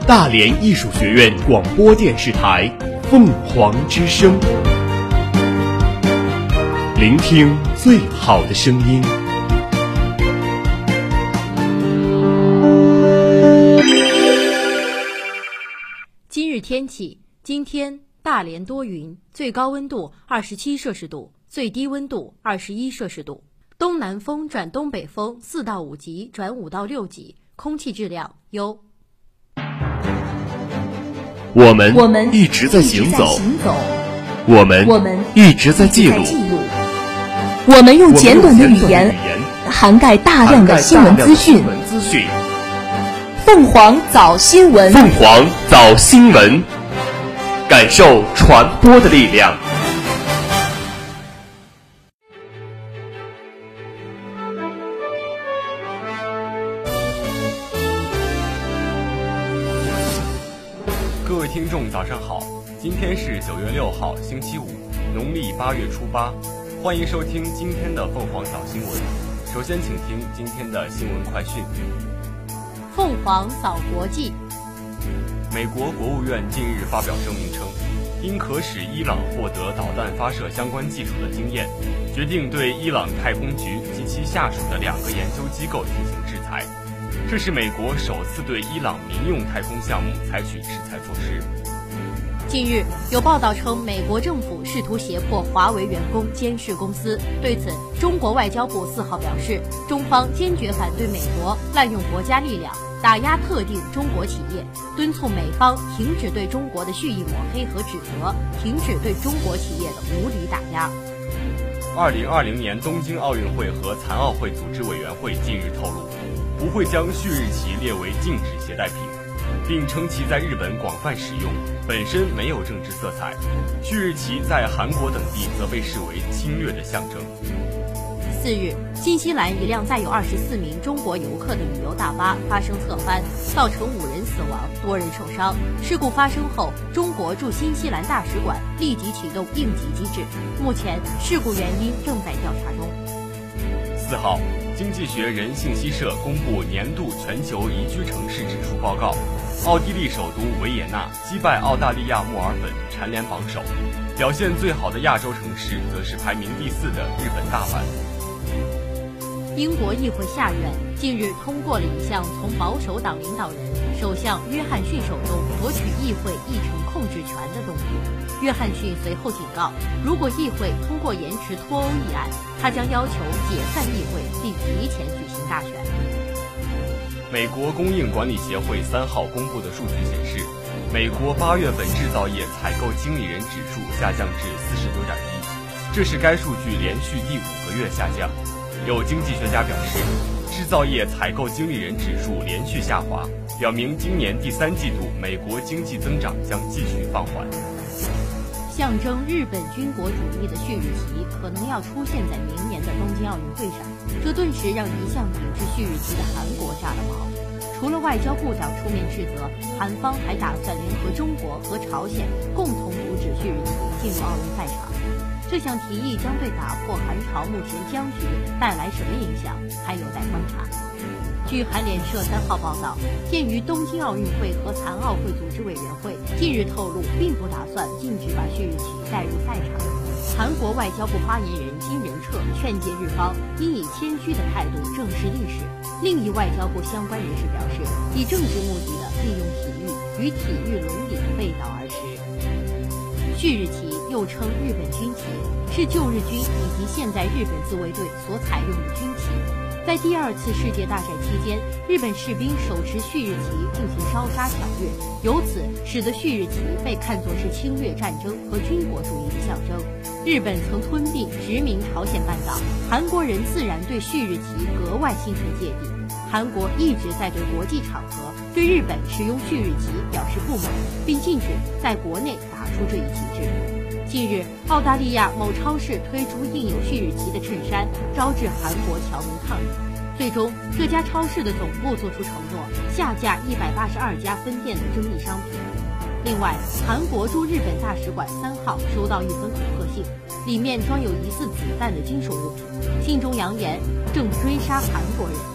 大连艺术学院广播电视台凤凰之声，聆听最好的声音。 今日天气，今天大连多云，最高温度27摄氏度，最低温度21摄氏度，东南风转东北风4到5级转5到6级，空气质量优。 我们一直在行走，我们一直在记录， 我们用简短的语言涵盖大量的新闻资讯。凤凰早新闻， 凤凰早新闻，感受传播的力量。 各位听众早上好，今天是9月6号星期五，农历8月初8，欢迎收听今天的凤凰早新闻。首先请听今天的新闻快讯。 凤凰早国际。 美国国务院近日发表声明称，因可使伊朗获得导弹发射相关技术的经验，决定对伊朗太空局及其下属的2个研究机构进行制裁。这是美国首次对伊朗民用太空项目采取制裁措施。 近日有报道称，美国政府试图胁迫华为员工监视公司。对此，中国外交部4号表示，中方坚决反对美国滥用国家力量打压特定中国企业，敦促美方停止对中国的蓄意抹黑和指责，停止对中国企业的无理打压。 2020年东京奥运会和残奥会组织委员会近日透露，不会将旭日旗列为禁止携带品，并称其在日本广泛使用，本身没有政治色彩。旭日旗在韩国等地则被视为侵略的象征。 4日，新西兰一辆载有24名中国游客的旅游大巴发生侧翻，造成5人死亡，多人受伤。事故发生后，中国驻新西兰大使馆立即启动应急机制，目前事故原因正在调查中。 4号，经济学人信息社公布年度全球宜居城市指数报告，奥地利首都维也纳击败澳大利亚墨尔本，蝉联榜首。表现最好的亚洲城市则是排名第4的日本大阪。 英国议会下院近日通过了一项从保守党领导人首相约翰逊手中夺取议会议程控制权的动议。约翰逊随后警告，如果议会通过延迟脱欧议案，他将要求解散议会并提前举行大选。 美国供应管理协会3号公布的数据显示，美国8月份制造业采购经理人指数下降至49.1，这是该数据连续第5个月下降。有经济学家表示，制造业采购经理人指数连续下滑，表明今年第3季度美国经济增长将继续放缓。 象征日本军国主义的旭日旗可能要出现在明年的东京奥运会上，这顿时让一向抵制旭日旗的韩国炸了毛。除了外交部长出面斥责，韩方还打算联合中国和朝鲜共同阻止旭日旗进入奥运赛场。这项提议将对打破韩朝目前僵局带来什么影响，还有待观察。据韩联社3号报道，鉴于东京奥运会和残奥会组织委员会近日透露，并不打算禁止把旭日旗带入赛场，韩国外交部发言人金仁彻劝诫日方应以谦虚的态度正视历史。另一外交部相关人士表示，以政治目的的利用体育与体育伦理背道而驰。旭日旗又称日本军旗，是旧日军以及现代日本自卫队所采用的军旗。在第2次世界大战期间，日本士兵手持旭日旗进行烧杀抢掠，由此使得旭日旗被看作是侵略战争和军国主义的象征。日本曾吞并殖民朝鲜半岛，韩国人自然对旭日旗格外心存芥蒂。韩国一直在对国际场合对日本使用旭日旗表示不满，并禁止在国内打出这一旗帜。近日，澳大利亚某超市推出印有旭日旗的衬衫，招致韩国侨民抗议。最终，这家超市的总部做出承诺，下架182家分店的争议商品。另外，韩国驻日本大使馆3号收到一封恐吓信，里面装有疑似子弹的金属物品，信中扬言正追杀韩国人。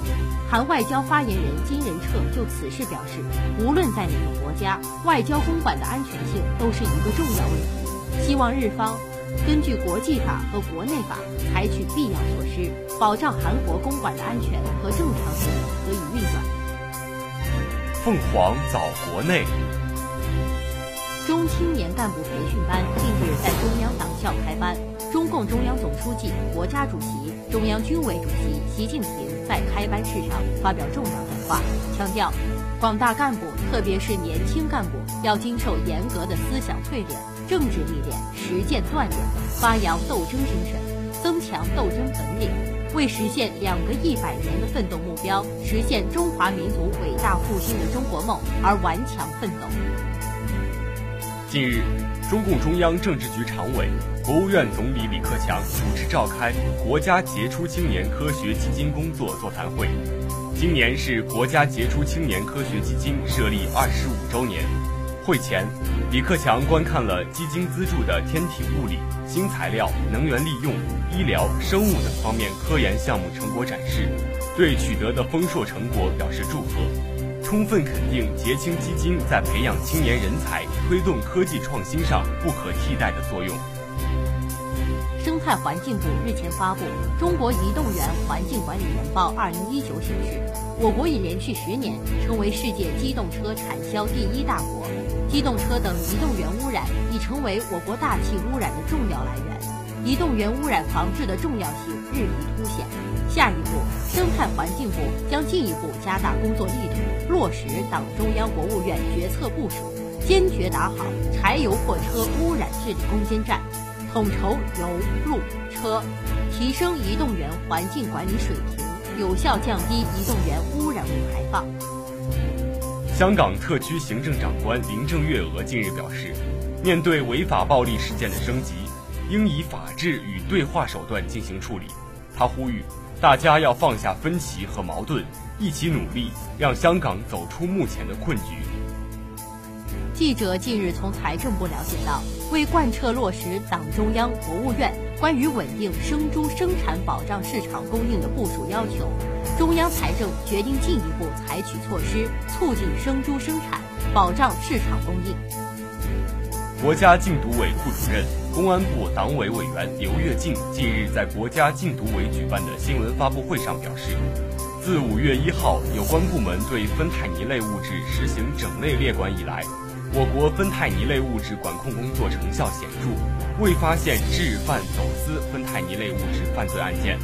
韩外交发言人金仁澈就此事表示，无论在哪个国家，外交公馆的安全性都是一个重要问题，希望日方根据国际法和国内法采取必要措施，保障韩国公馆的安全和正常性得以运转。 凤凰早国内。 中青年干部培训班近日在中央党校开班，中共中央总书记、国家主席、中央军委主席习近平在开班式上发表重要讲话，强调广大干部，特别是年轻干部，要经受严格的思想淬炼、政治历练、实践锻炼，发扬斗争精神，增强斗争本领，为实现2个100年的奋斗目标，实现中华民族伟大复兴的中国梦而顽强奋斗。 近日，中共中央政治局常委、国务院总理李克强主持召开国家杰出青年科学基金工作座谈会。今年是国家杰出青年科学基金设立25周年。会前，李克强观看了基金资助的天体物理、新材料、能源利用、医疗、生物等方面科研项目成果展示，对取得的丰硕成果表示祝贺，充分肯定杰青基金在培养青年人才、推动科技创新上不可替代的作用。 生态环境部日前发布《中国移动园环境管理年报2019》，显示，我国已连续10年成为世界机动车产销第1大国，机动车等移动源污染已成为我国大气污染的重要来源，移动源污染防治的重要性日益凸显。下一步，生态环境部将进一步加大工作力度，落实党中央国务院决策部署，坚决打好柴油货车污染治理攻坚战，统筹油、路、车，提升移动源环境管理水平，有效降低移动源污染物排放。 香港特区行政长官林郑月娥近日表示，面对违法暴力事件的升级，应以法治与对话手段进行处理。她呼吁大家要放下分歧和矛盾，一起努力，让香港走出目前的困局。 记者近日从财政部了解到，为贯彻落实党中央、国务院关于稳定生猪生产保障市场供应的部署要求，中央财政决定进一步采取措施，促进生猪生产，保障市场供应。 国家禁毒委副主任、公安部党委委员刘跃进近日在国家禁毒委举办的新闻发布会上表示，自5月1号有关部门对芬太尼类物质实行整类列管以来，我国芬太尼类物质管控工作成效显著，未发现制贩走私芬太尼类物质犯罪案件。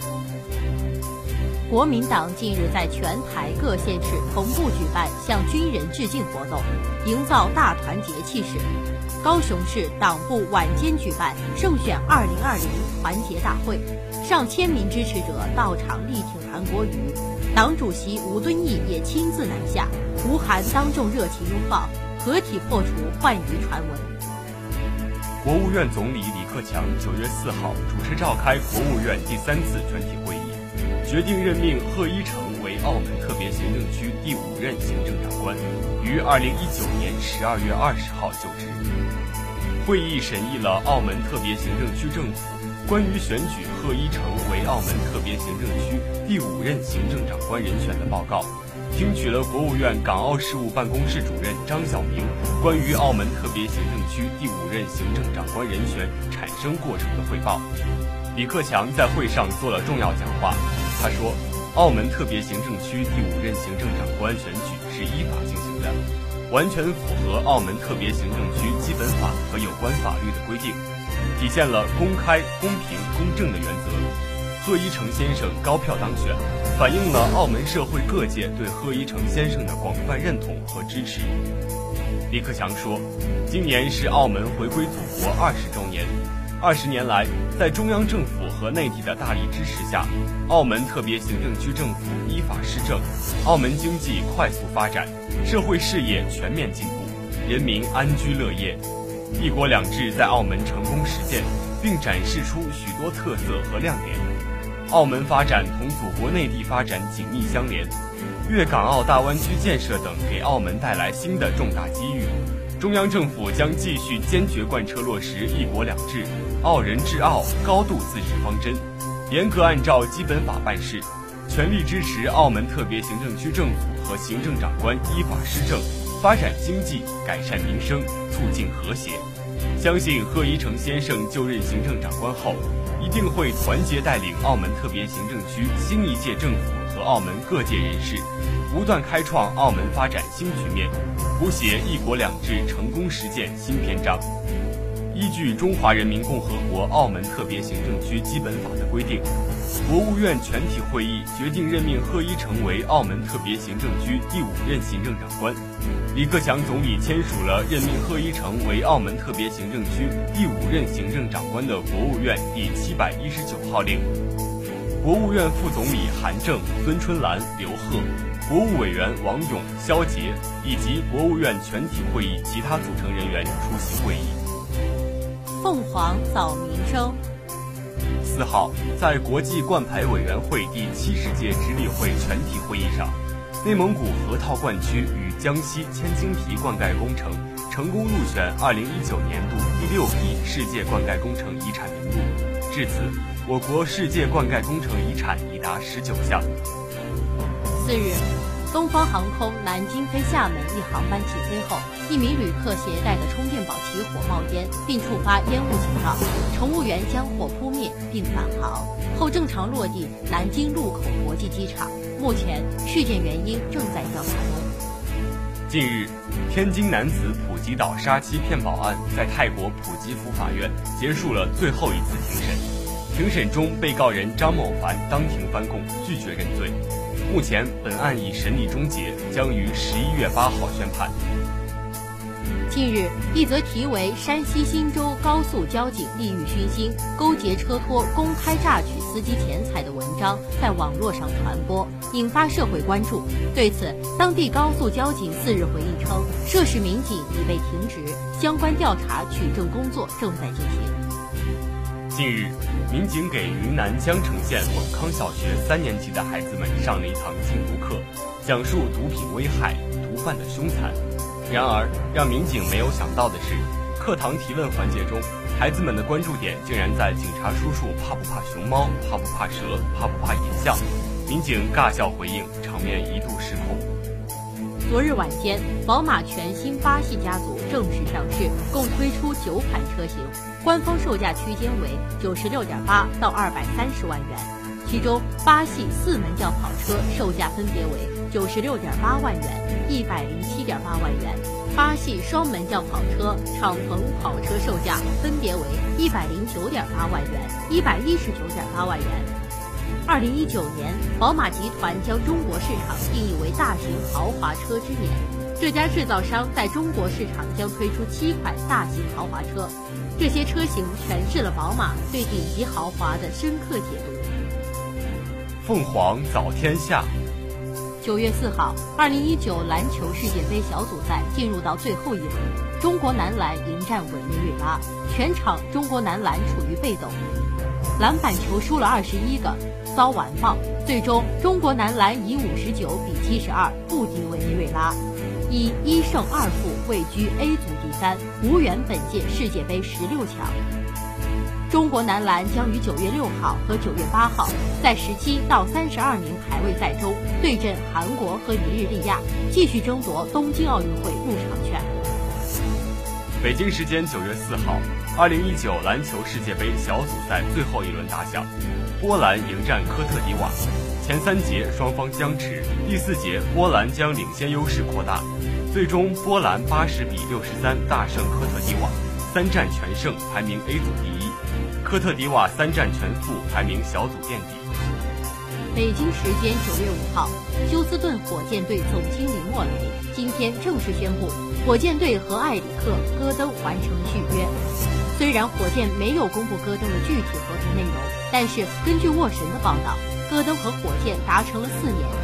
国民党近日在全台各县市同步举办向军人致敬活动，营造大团结气势。高雄市党部晚间举办胜选2020团结大会，上千名支持者到场力挺韩国瑜，党主席吴敦义也亲自南下，吴韩当众热情拥抱，合体破除换瑜传闻。 国务院总理李克强9月4号主持召开国务院第3次全体会议，决定任命贺一诚为澳门特别行政区第5任行政长官，于2019年12月20号就职。会议审议了澳门特别行政区政府关于选举贺一诚为澳门特别行政区第5任行政长官人选的报告，听取了国务院港澳事务办公室主任张晓明关于澳门特别行政区第5任行政长官人选产生过程的汇报。李克强在会上做了重要讲话，他说，澳门特别行政区第5任行政长官选举是依法进行的，完全符合澳门特别行政区基本法和有关法律的规定，体现了公开、公平、公正的原则。贺一诚先生高票当选，反映了澳门社会各界对贺一诚先生的广泛认同和支持。李克强说，今年是澳门回归祖国20周年，20年来，在中央政府和内地的大力支持下，澳门特别行政区政府依法施政，澳门经济快速发展，社会事业全面进步，人民安居乐业。一国两制在澳门成功实践，并展示出许多特色和亮点。澳门发展同祖国内地发展紧密相连，粤港澳大湾区建设等给澳门带来新的重大机遇。中央政府将继续坚决贯彻落实一国两制、澳人治澳高度自治方针，严格按照基本法办事， 全力支持澳门特别行政区政府和行政长官依法施政，发展经济，改善民生，促进和谐。相信贺一诚先生就任行政长官后，一定会团结带领澳门特别行政区新一届政府和澳门各界人士，不断开创澳门发展新局面，谱写“一国两制”成功实践新篇章。依据《中华人民共和国澳门特别行政区基本法》的规定，国务院全体会议决定任命贺一诚为澳门特别行政区第5任行政长官。李克强总理签署了任命贺一诚为澳门特别行政区第5任行政长官的国务院第719号令。国务院副总理韩正、孙春兰、刘鹤，国务委员王勇、肖捷以及国务院全体会议其他组成人员出席会议。 凤凰早民生。 4号，在国际冠牌委员会第70届执理会全体会议上，内蒙古河套灌区与江西千斤皮灌溉工程成功入选2019年度第6批世界灌溉工程遗产名录。至此，我国世界灌溉工程遗产已达19项。 4日，东方航空南京飞厦门一航班起飞后，一名旅客携带的充电宝起火冒烟，并触发烟雾警告，乘务员将火扑灭并返航后正常落地南京禄口国际机场。目前事件原因正在调查中。 近日，天津男子普吉岛杀妻骗保案在泰国普吉府法院结束了最后一次庭审。庭审中，被告人张某凡当庭翻供，拒绝认罪。目前本案已审理终结，将于11月8号宣判。 近日，一则题为“山西忻州高速交警利欲熏心，勾结车托公开榨取司机钱财”的文章在网络上传播，引发社会关注。对此，当地高速交警4日回应称，涉事民警已被停职，相关调查取证工作正在进行。 近日，民警给云南江城县蒙康小学3年级的孩子们上了一堂禁毒课，讲述毒品危害、毒贩的凶残。然而，让民警没有想到的是，课堂提问环节中，孩子们的关注点竟然在警察叔叔怕不怕熊猫、怕不怕蛇、怕不怕野象。民警尬笑回应，场面一度失控。 昨日晚间，宝马全新八系家族正式上市，共推出9款车型，官方售价区间为96.8到230万元。其中，八系4门轿跑车售价分别为96.8万元、107.8万元；八系双门轿跑车、敞篷跑车售价分别为109.8万元、119.8万元。2019年，宝马集团将中国市场定义为大型豪华车之年。这家制造商在中国市场将推出7款大型豪华车，这些车型诠释了宝马对顶级豪华的深刻解读。 凤凰早天下。 9月4号，2019篮球世界杯小组赛进入到最后一轮，中国男篮迎战委内瑞拉，全场中国男篮处于被动，篮板球输了21个，遭完爆。最终，中国男篮以59比72不敌委内瑞拉，以1胜2负位居 A 组第3，无缘本届世界杯16强。中国男篮将于9月6号和9月8号在17到32名排位赛中对阵韩国和尼日利亚，继续争夺东京奥运会入场券。 北京时间9月4号，2019篮球世界杯小组赛最后一轮打响，波兰迎战科特迪瓦。前3节双方僵持，第4节波兰将领先优势扩大，最终波兰80比63大胜科特迪瓦，3战全胜，排名 A 组第1。科特迪瓦3战全负，排名小组垫底。 北京时间9月5号，休斯顿火箭队总经理莫雷今天正式宣布，火箭队和埃里克·戈登完成续约。虽然火箭没有公布戈登的具体合同内容，但是根据沃神的报道，戈登和火箭达成了4年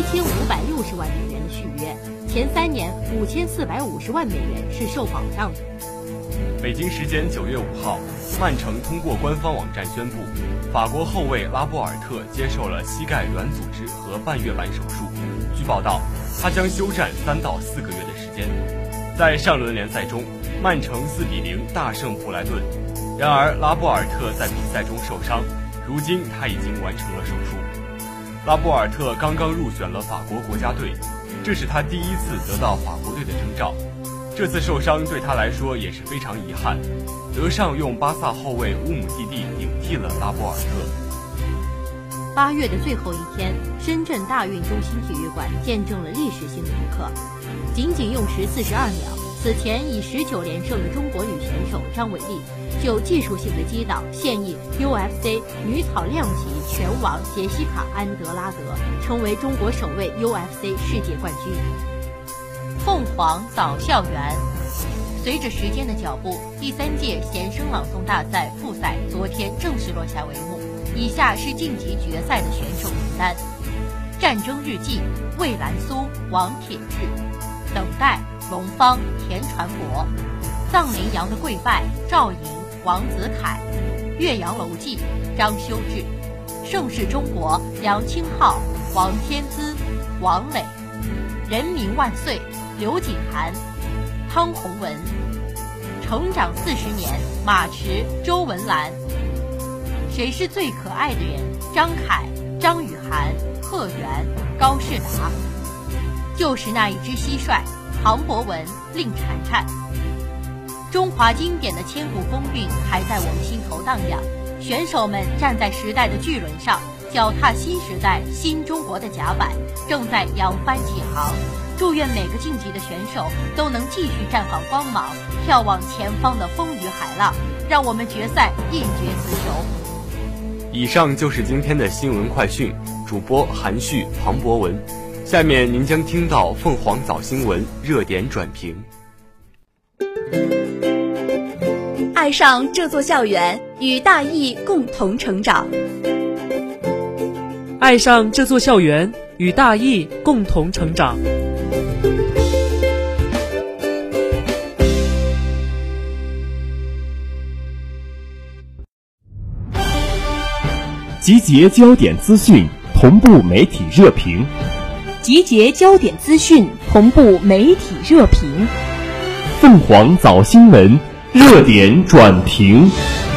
7560万美元的续约，前3年5450万美元是受保障的。 北京时间9月5号，曼城通过官方网站宣布，法国后卫拉波尔特接受了膝盖软组织和半月板手术。据报道，他将休战3到4个月的时间。在上轮联赛中，曼城4比0大胜布莱顿。然而，拉波尔特在比赛中受伤，如今他已经完成了手术。 拉波尔特刚刚入选了法国国家队，这是他第一次得到法国队的征召。这次受伤对他来说也是非常遗憾。德尚用巴萨后卫乌姆蒂蒂顶替了拉波尔特。 8月的最后一天，深圳大运中心体育馆见证了历史性的一刻。仅仅用时42秒，此前以19连胜的中国女选手张伟丽就技术性的击倒现役 UFC 女草量级拳王杰西卡·安德拉德，成为中国首位 UFC 世界冠军。凤凰早校园。随着时间的脚步，第3届贤声朗诵大赛复赛昨天正式落下帷幕。以下是晋级决赛的选手名单：战争日记魏兰苏、王铁志；等待龙芳、田传博；藏羚羊的跪拜赵颖、王子凯；岳阳楼记张修志；盛世中国梁清浩、王天姿、王磊；人民万岁刘景涵、汤洪文；成长40年马驰、周文兰；谁是最可爱的人张凯、张雨涵、贺元、高世达；就是那一只蟋蟀庞博文、令婵婵。中华经典的千古风韵还在我们心头荡漾，选手们站在时代的巨轮上，脚踏新时代新中国的甲板，正在扬帆起航。祝愿每个晋级的选手都能继续绽放光芒，眺望前方的风雨海浪，让我们决赛一决雌雄。 以上就是今天的新闻快讯，主播韩旭、庞博文。下面您将听到凤凰早新闻热点转评。 爱上这座校园，与大艺共同成长。 爱上这座校园，与大艺共同成长。 集结焦点资讯，同步媒体热评。 集结焦点资讯，同步媒体热评。 凤凰早新闻热点转评。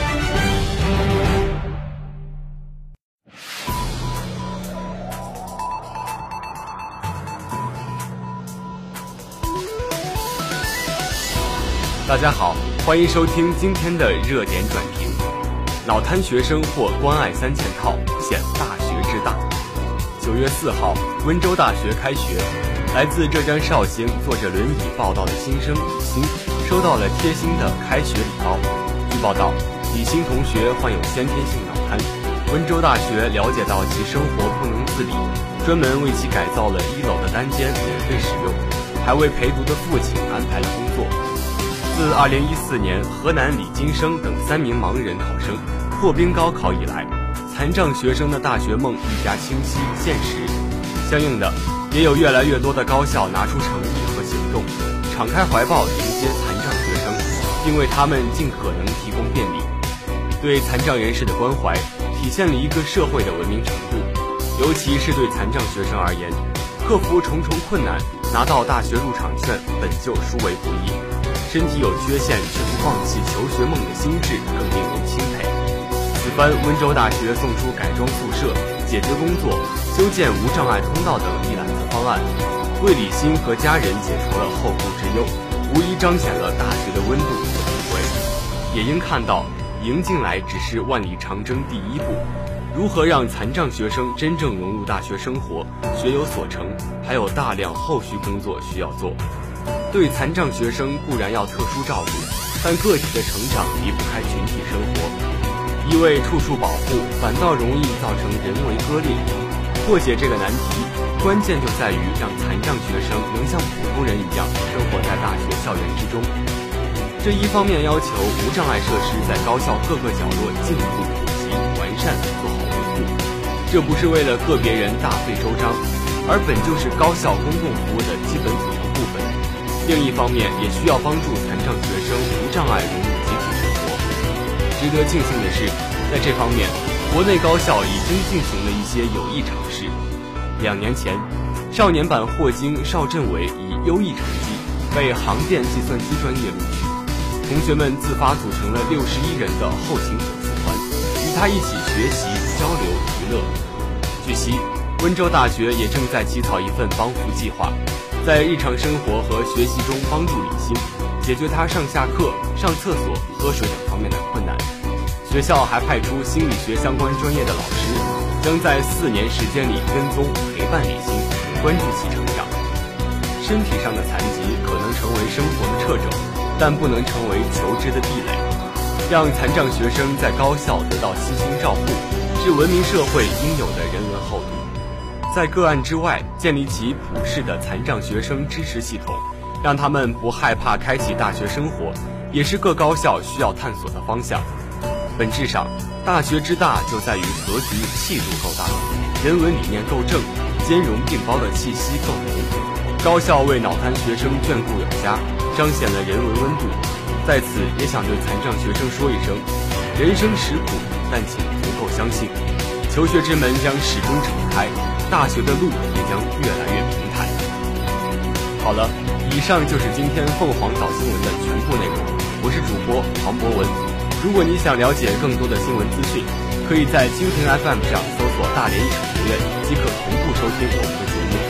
大家好，欢迎收听今天的热点转评。脑瘫学生获关爱3000套，显大学之大。9月4号，温州大学开学。来自浙江绍兴坐着轮椅报到的新生李欣，收到了贴心的开学礼包。据报道，李欣同学患有先天性脑瘫，温州大学了解到其生活不能自理，专门为其改造了1楼的单间免费使用，还为陪读的父亲安排了工作。自2014年河南李金生等3名盲人考生破冰高考以来，残障学生的大学梦愈加清晰现实。相应的，也有越来越多的高校拿出诚意和行动，敞开怀抱迎接残障学生，并为他们尽可能提供便利。对残障人士的关怀，体现了一个社会的文明程度。尤其是对残障学生而言，克服重重困难，拿到大学入场券本就殊为不易。身体有缺陷却不放弃求学梦的心智更令人钦佩。此番温州大学送出改装宿舍、解决工作、修建无障碍通道等一揽子方案，为李欣和家人解除了后顾之忧，无疑彰显了大学的温度和品味。也应看到，迎进来只是万里长征第一步，如何让残障学生真正融入大学生活、学有所成，还有大量后续工作需要做。对残障学生固然要特殊照顾，但个体的成长离不开群体生活。一味处处保护，反倒容易造成人为割裂。破解这个难题，关键就在于让残障学生能像普通人一样生活在大学校园之中。这一方面要求无障碍设施在高校各个角落进一步普及完善，做好维护。这不是为了个别人大费周章，而本就是高校公共服务的基本组成部分。另一方面，也需要帮助残障学生无障碍融入集体生活。值得庆幸的是，在这方面，国内高校已经进行了一些有益尝试。2年前，少年版霍金邵振伟以优异成绩被航电计算机专业录取，同学们自发组成了61人的后勤粉丝团，与他一起学习、交流、娱乐。据悉， 温州大学也正在起草一份帮扶计划，在日常生活和学习中帮助李欣，解决他上下课、上厕所、喝水等方面的困难。学校还派出心理学相关专业的老师，将在4年时间里跟踪陪伴李欣，关注其成长。身体上的残疾可能成为生活的掣肘，但不能成为求知的壁垒。让残障学生在高校得到悉心照护，是文明社会应有的人文厚度。在个案之外，建立起普世的残障学生支持系统，让他们不害怕开启大学生活，也是各高校需要探索的方向。本质上，大学之大就在于格局气度够大，人文理念够正，兼容并包的气息够浓。高校为脑瘫学生眷顾有加，彰显了人文温度。在此也想对残障学生说一声，人生实苦，但请足够相信，求学之门将始终敞开，大学的路也将越来越平坦。好了，以上就是今天凤凰早新闻的全部内容，我是主播庞博文。如果你想了解更多的新闻资讯，可以在蜻蜓 FM 上搜索大连艺术学院，即可同步收听我们的节目。